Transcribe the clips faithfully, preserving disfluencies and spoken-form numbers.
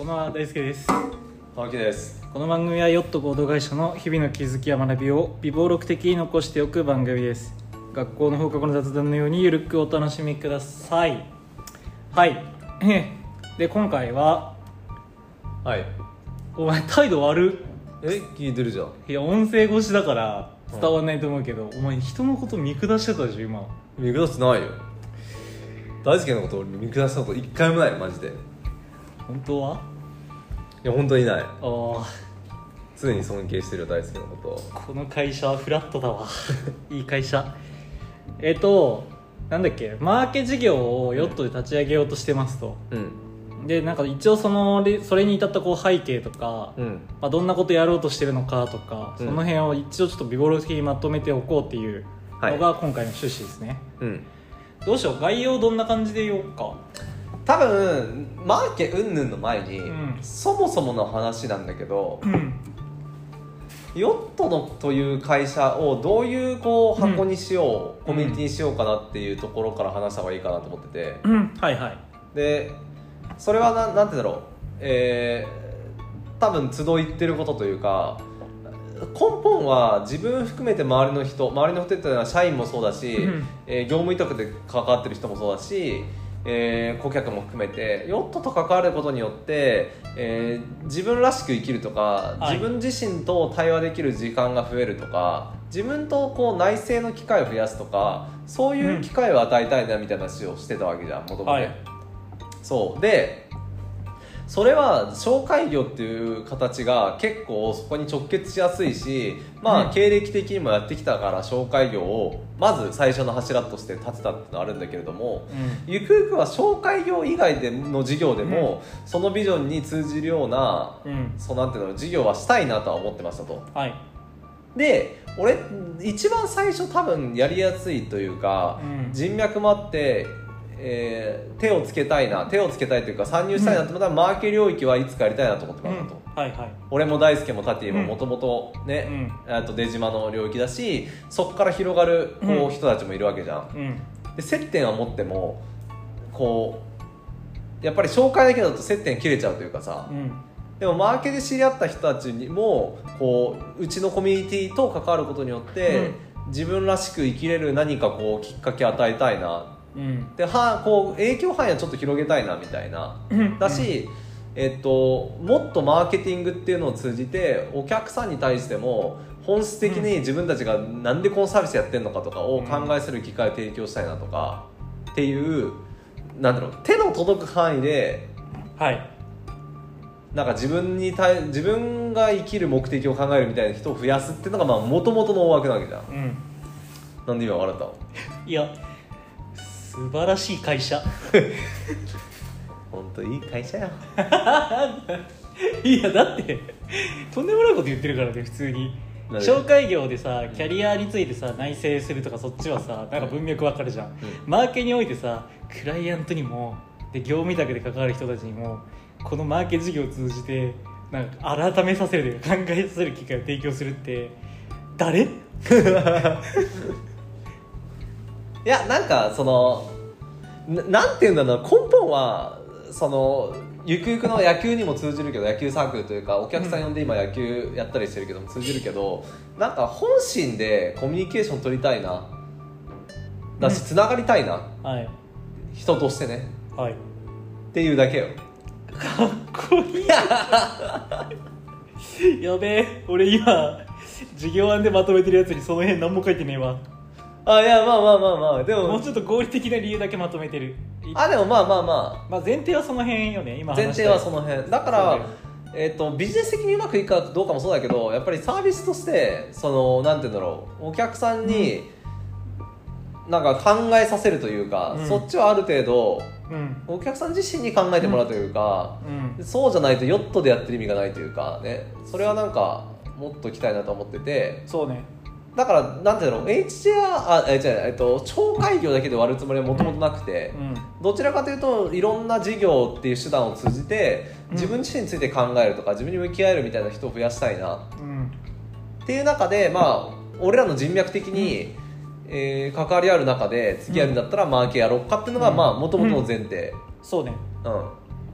んは、大輔です。 青木です。 この番組はヨット合同会社の日々の気づきや学びを微暴録的に残しておく番組です。学校の放課後の雑談のようにゆるくお楽しみください。はいで、今回ははい。 お前態度悪っ。 え、聞いてるじゃん。 いや、音声越しだから伝わんないと思うけど、うん、お前人のこと見下してたでしょ今。 見下してないよ。大輔のこと俺見下したこと一回もないマジで。 本当は？ いや本当にない。 ああ、 常に尊敬してるよ大輔のこと。 この会社はフラットだわいい会社。えっとなんだっけ、マーケ事業をヨットで立ち上げようとしてますと。 うん。 で、なんか一応そのそれに至ったこう背景とか、 うん。 まあ、どんなことやろうとしてるのかとか、 うん、 その辺を一応ちょっと微暴録的にまとめておこうっていうのが今回の趣旨ですね。 うん。 どうしよう、概要どんな感じで言おうか。 多分マーケ云々の前に、 うん、 そもそもの話なんだけど、 うん、 ヨットのという会社をどういうこう箱にしよう、うん、コミュニティにしようかなっていうところから話した方がいいかなと思ってて、 うん、はいはい。 でそれはななんてだろう、えー、多分集いってることというか、根本は自分含めて周りの人周りの人っていうのは社員もそうだし、うん、えー、業務委託で関わってる人もそうだし、えー、顧客も含めてヨットと関わることによって、えー、自分らしく生きるとか、はい、自分自身と対話できる時間が増えるとか、自分とこう内省の機会を増やすとか、そういう機会を与えたいなみたいな話をしてたわけじゃん、もともと。はい、そうでそれは紹介業っていう形が結構そこに直結しやすいし、まあ、うん、経歴的にもやってきたから紹介業をまず最初の柱として立てたっていうのはあるんだけれども、うん、ゆくゆくは紹介業以外での事業でも、うん、そのビジョンに通じるような、うん、そうなんていうの事業はしたいなとは思ってましたと。はい、で俺一番最初多分やりやすいというか、うん、人脈もあってえー、手をつけたいな手をつけたいというか参入したいなと思ったら、うん、マーケ領域はいつかやりたいなと思ってたんだと、うん、はいはい、俺も大輔もタティももともとね、うん、あと出島の領域だし、そこから広がるこう、うん、人たちもいるわけじゃん、うん、で接点は持ってもこうやっぱり紹介だけだと接点切れちゃうというかさ、うん、でもマーケで知り合った人たちにもこううちのコミュニティと関わることによって、うん、自分らしく生きれる何かこうきっかけ与えたいな、うん、ではこう影響範囲はちょっと広げたいなみたいな、うん、だし、えっと、もっとマーケティングっていうのを通じてお客さんに対しても本質的に自分たちがなんでこのサービスやってるのかとかを考えする機会を提供したいなとかっていうなんだろう手の届く範囲で、はい、なんか自分に対自分が生きる目的を考えるみたいな人を増やすっていうのがもともとの大枠なわけじゃん、うん、なんで今笑ったの？ いや素晴らしい会社本当いい会社よいやだってとんでもないこと言ってるからね。普通に紹介業でさキャリアについてさ内省するとかそっちはさなんか文脈わかるじゃん、うん、マーケにおいてさクライアントにもで業務委託で関わる人たちにもこのマーケ事業を通じてなんか改めさせるというか考えさせる機会を提供するって誰いやなんかその な, なんていうんだろう、根本はそのゆくゆくの野球にも通じるけど、野球サークルというかお客さん呼んで今野球やったりしてるけども通じるけど、なんか本心でコミュニケーション取りたいなだしつながりたいな、うん、はい、人としてね、はい、っていうだけよ。 かっこいいやべえ、俺今授業案でまとめてるやつにその辺何も書いてねえわ。 あ、いやまあまあまあまあ、でももうちょっと合理的な理由だけまとめてる。 あ、でもまあまあまあ、 まあ、前提はその辺よね。今話した前提はその辺だから、えー、とビジネス的にうまくいくかどうかもそうだけど、やっぱりサービスとしてそのなんていうんだろう、お客さんになんか考えさせるというか、うん、そっちはある程度、うん、お客さん自身に考えてもらうというか、うん、そうじゃないとヨットでやってる意味がないというかね、それはなんかもっといきたいなと思ってて。 そうね。 だからなんていうの エイチジェーアール あ、え違う、えっと紹介業だけで割るつもりはもともとなくて、うん、どちらかというといろんな事業っていう手段を通じて自分自身について考えるとか、自分に向き合えるみたいな人を増やしたいな、うん、っていう中で、まあ俺らの人脈的に、うんえー、関わりある中で付き合うんだったらマーケやろうかっていうのがもともとの前提、 うん、そうね、 うん、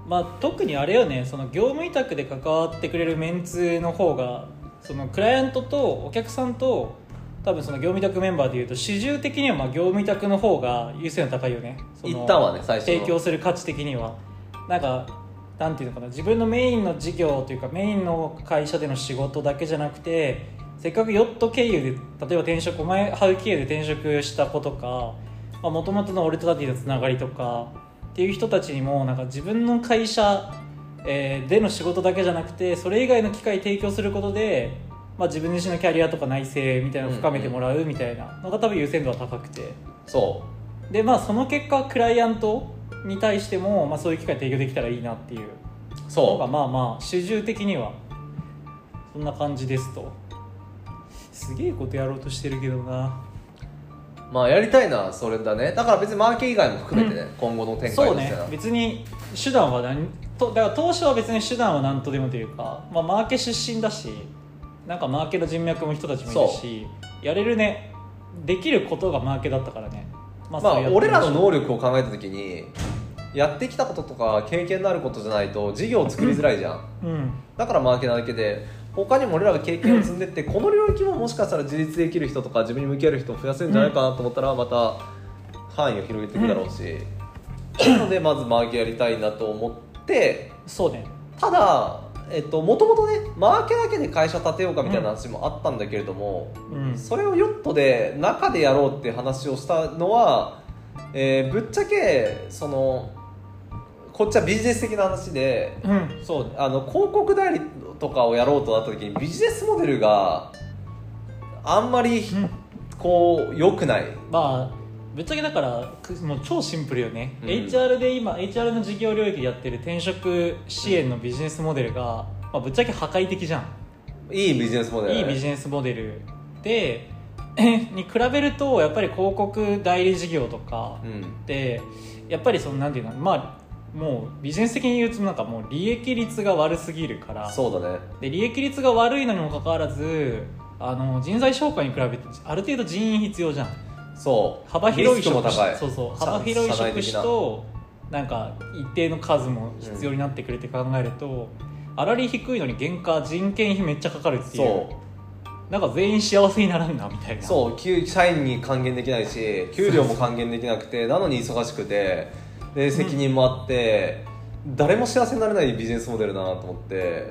まあ、特にあれよね、その業務委託で関わってくれるメンツの方がそのクライアントとお客さんと多分その業務委託メンバーでいうと主従的にはまあ業務委託の方が優先度高いよね。その一旦はね、最初の提供する価値的にはなんかなんていうのかな、自分のメインの事業というかメインの会社での仕事だけじゃなくて、せっかくヨット経由で例えば転職、お前ハウ経由で転職した子とか、もともとの俺とダディのつながりとかっていう人たちにもなんか自分の会社、えー、での仕事だけじゃなくてそれ以外の機会提供することで、まあ、自分自身のキャリアとか内政みたいなのを深めてもらうみたいなのが多分優先度は高くて、 そうでまあその結果クライアントに対しても、まあ、そういう機会提供できたらいいなっていうそうのがまあまあ主従的にはそんな感じですと。すげえことやろうとしてるけどな。 まあやりたいのはそれだね。だから別にマーケ以外も含めてね、うん、今後の展開そうね、別に手段は何と、だから当初は別に手段は何とでもというか、まあ、マーケ出身だしなんかマーケの人脈も人たちもいるしやれるね、できることがマーケだったからね。まあ、 まあ、俺らの能力を考えた時にやってきたこととか経験のあることじゃないと事業を作りづらいじゃん、 うん、 だからマーケなだけで他にも俺らが経験を積んでってこの領域ももしかしたら自立できる人とか自分に向き合える人を増やせるんじゃないかなと思ったらまた範囲を広げていくだろうし、なのでまずマーケやりたいなと思って、 そうね、 ただえっと、もともとねマーケだけで会社立てようかみたいな話もあったんだけれども、 うん、 それをヨットで中でやろうって話をしたのは、えー、ぶっちゃけそのこっちはビジネス的な話で、 うん、そうね、 あの広告代理とかをやろうとなった時にビジネスモデルがあんまりこう良くない、 まあぶっちゃけだからもう超シンプルよね、 うん、 エイチアール で今 エイチアール の事業領域でやってる転職支援のビジネスモデルが、まあ、ぶっちゃけ破壊的じゃん。 いいビジネスモデル、ね、 いいビジネスモデルでに比べるとやっぱり広告代理事業とかで、うん、やっぱりそのなんていうの、まあもうビジネス的に言うとなんかもう利益率が悪すぎるから、 そうだね、 で利益率が悪いのにもかかわらずあの人材紹介に比べてある程度人員必要じゃん。 そう幅広い職種、 そうそう幅広い職種となんか一定の数も必要になってくるって考えると、うん、粗利低いのに原価人件費めっちゃかかるっていう、そうなんか全員幸せにならんなみたいな。 そう社員に還元できないし給料も還元できなくてなのに忙しくてで責任もあって、うん、誰も幸せになれないビジネスモデルだなと思って、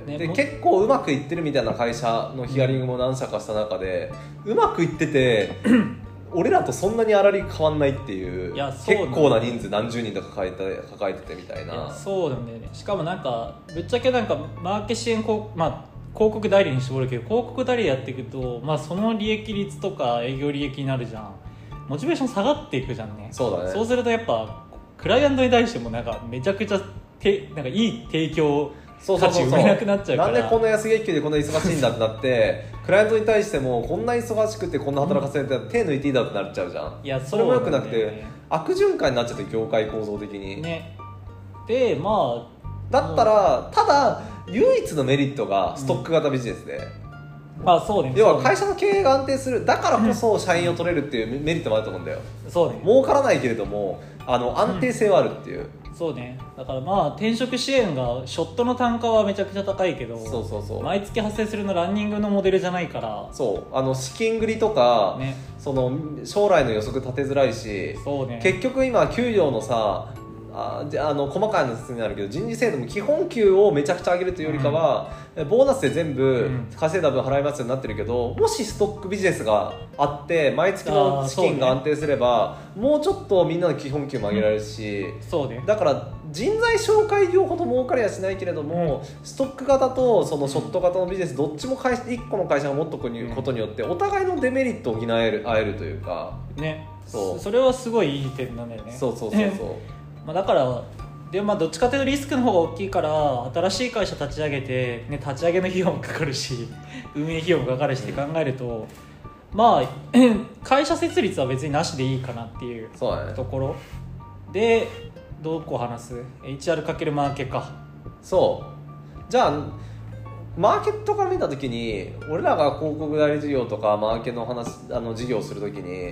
ね、で結構うまくいってるみたいな会社のヒアリングも何社かした中で、うん、うまくいってて俺らとそんなに粗利変わんないっていう、いやそう結構な人数何十人とか抱えて抱えててみたいな。いやそうなんだよね。しかもなんかぶっちゃけなんかマーケ支援広、まあ、広告代理に絞るけど広告代理やっていくと、まあ、その利益率とか営業利益になるじゃん。モチベーション下がっていくじゃんね。 そうだね。 そうするとやっぱクライアントに対してもなんかめちゃくちゃてなんかいい提供価値生めなくなっちゃうから、 なんでこんな安月給でこんな忙しいんだってなってクライアントに対してもこんな忙しくてこんな働かせて、うん、手抜いていいだってなっちゃうじゃん。 いやそれもよくなくて悪循環になっちゃって業界構造的にね。でまあだったらただ唯一のメリットがストック型ビジネスで、 うん、まあそうね、 要は会社の経営が安定するだからこそ社員を取れるっていうメリットもあると思うんだよ。 そうね、 儲からないけれどもあの安定性はあるっていう、 うん、そうね。だからまあ転職支援がショットの単価はめちゃくちゃ高いけど、 そうそうそう毎月発生するのランニングのモデルじゃないから、 そうあの資金繰りとか、ね、その将来の予測立てづらいし、 そうね、 結局今給料のさああの細かいの説明になるけど人事制度も基本給をめちゃくちゃ上げるというよりかは、うん、ボーナスで全部稼いだ分払いますようになってるけど、もしストックビジネスがあって毎月の資金が安定すれば、ね、もうちょっとみんなの基本給も上げられるし、うん、 そうね、 だから人材紹介業ほど儲かりはしないけれども、うん、ストック型とそのショット型のビジネスどっちも会社いっこの会社が持っておくことによってお互いのデメリットを補える、会えるというかね、そう、それはすごいいい点なんだよね。 そうそうそうそうまあだからでもまあどっちかというとリスクの方が大きいから新しい会社立ち上げて、ね、立ち上げの費用もかかるし運営費用もかかるしって考えると、うん、まあ会社設立は別になしでいいかなっていうところで、どこ話す エイチアール× マーケか。 そうじゃあマーケットから見たときに俺らが広告代理事業とかマーケの話あの事業をするときに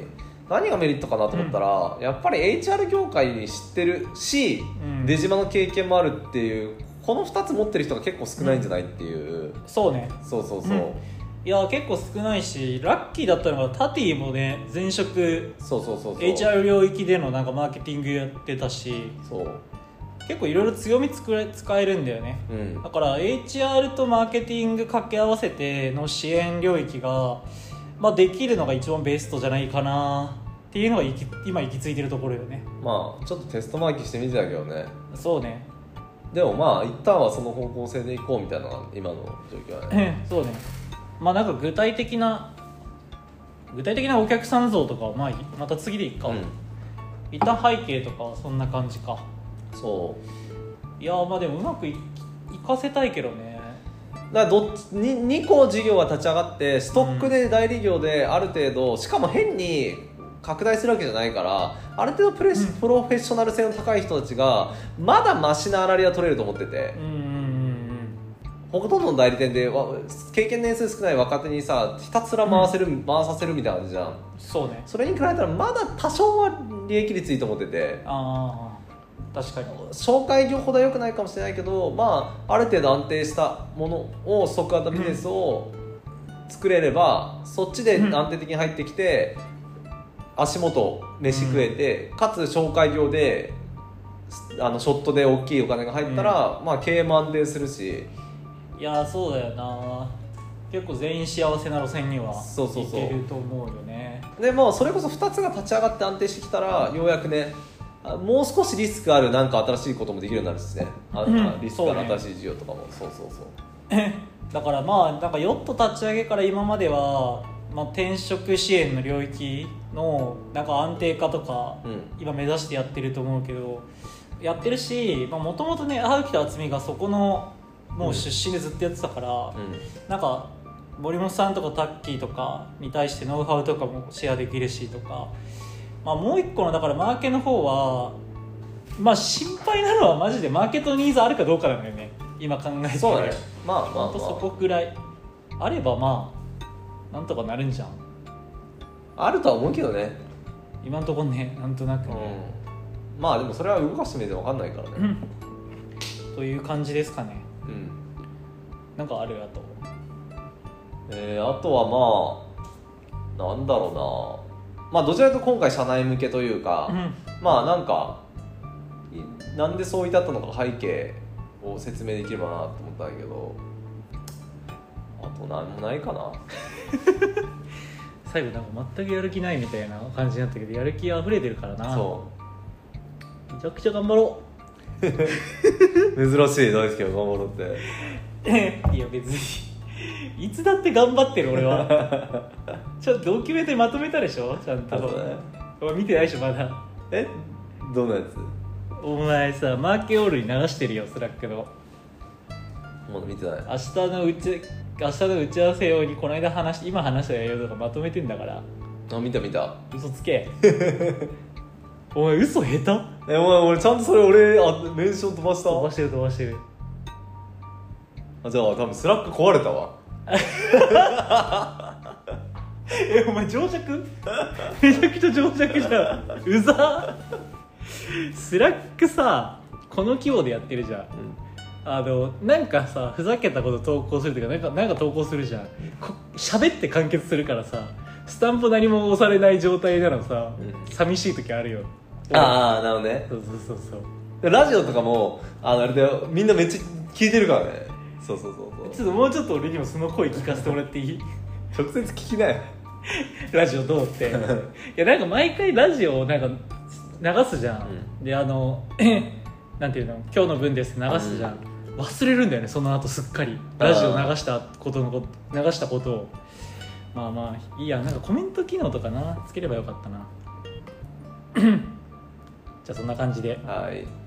何がメリットかなと思ったら、うん、やっぱり エイチアール 業界に知ってるし、うん、出島の経験もあるっていうこのふたつ持ってる人が結構少ないんじゃないっていう、 うん、そうねそうそうそう、うん、 いや結構少ないしラッキーだったのがタティもね前職そうそうそうそうエイチアール 領域でのなんかマーケティングやってたしそう結構いろいろ強み使え、使えるんだよね、うん、だから エイチアール とマーケティング掛け合わせての支援領域が、まあ、できるのが一番ベストじゃないかなっていうのが行き今行き着いてるところよね。 まあちょっとテストマーキしてみてたけどね。 そうね。 でもまあ一旦はその方向性でいこうみたいな今の状況はねそうね。まあなんか具体的な具体的なお客さん像とかはまあまた次でいいか、うん、一旦背景とかはそんな感じか。 そういやまあでもうまくいかせたいけどね。 だからどっち 2, にこ事業が立ち上がってストックで代理業である程度、うん、しかも変に拡大するわけじゃないからある程度プレ、うん、プロフェッショナル性の高い人たちがまだマシな粗利は取れると思ってて、うんうんうん、ほとんどの代理店で経験年数少ない若手にさひたすら回せる、うん、回させるみたいな感じじゃん。 そうね。 それに比べたらまだ多少は利益率いいと思ってて、 あ確かに紹介業ほどは良くないかもしれないけど、まあ、ある程度安定したものをストック型ビジネスを作れれば、うん、そっちで安定的に入ってきて、うん、足元飯食えて、うん、かつ紹介業であのショットで大きいお金が入ったら、うんまあ、経営も安定するし。 いやそうだよな。結構全員幸せな路線にはいけると思うよね。 でもそれこそふたつが立ち上がって安定してきたらようやくねもう少しリスクあるなんか新しいこともできるようになるしね、あうん、リスクある新しい事業とかもそう、ね、そうそうそうだからまあなんかヨット立ち上げから今までは、まあ、転職支援の領域のなんか安定化とか、うん、今目指してやってると思うけどやってるしもともとね青木と渥美がそこのもう出身でずっとやってたから、うん、なんか森本さんとかタッキーとかに対してノウハウとかもシェアできるしとか、まあ、もう一個のだからマーケの方はまあ心配なのはマジでマーケットニーズあるかどうかなんだよね今考えて。 そうね。まあまあ、まあ、 ほんとそこくらいあればまあなんとかなるんじゃん。 あるとは思うけどね今のところねなんとなくね、 うん、まあでもそれは動かしてみて分かんないからね、 うん、という感じですかね。 うんなんかあるあとえー、あとはまあなんだろうなまあどちらかというと今回社内向けというか、うん、まあなんかなんでそう至ったのか背景を説明できればなと思ったんだけどあと何もないかな最後なんか全くやる気ないみたいな感じになったけどやる気あふれてるからな。 そうめちゃくちゃ頑張ろう珍しい大好きが頑張ろうっていや別にいつだって頑張ってる俺はちょっとドキュメントにまとめたでしょちゃんと、ね、見てないでしょまだ。 えどんなやつお前さマーケオールに流してるよスラックの。 まだ見てない。 明日のうち明日の打ち合わせ用にこの間話し今話した内容とかまとめてんだから。 あ見た見た。 嘘つけお前嘘下手。えお前俺ちゃんとそれ俺あメンション飛ばした。 飛ばしてる飛ばしてる。 あじゃあ多分スラック壊れたわえお前情弱めちゃくちゃ情弱じゃんうざスラックさこの規模でやってるじゃん、うん、あのなんかさふざけたこと投稿するとかなんかなんか投稿するじゃん喋って完結するからさスタンプ何も押されない状態なのさ、うん、寂しい時あるよ。 ああなるほどね。 そうそうそうそうラジオとかもあのあれだよみんなめっちゃ聞いてるからね。そうそうそうそう。 ちょっともうちょっと俺にもその声聞かせてもらっていい直接聞きなよラジオどうっていやなんか毎回ラジオをなんか流すじゃん、うん、であのなんていうの今日の分ですって流すじゃん、うん、忘れるんだよねその後すっかりラジオ流したことのこと流したことをまあまあいいやなんかコメント機能とかなつければよかったなじゃあそんな感じではい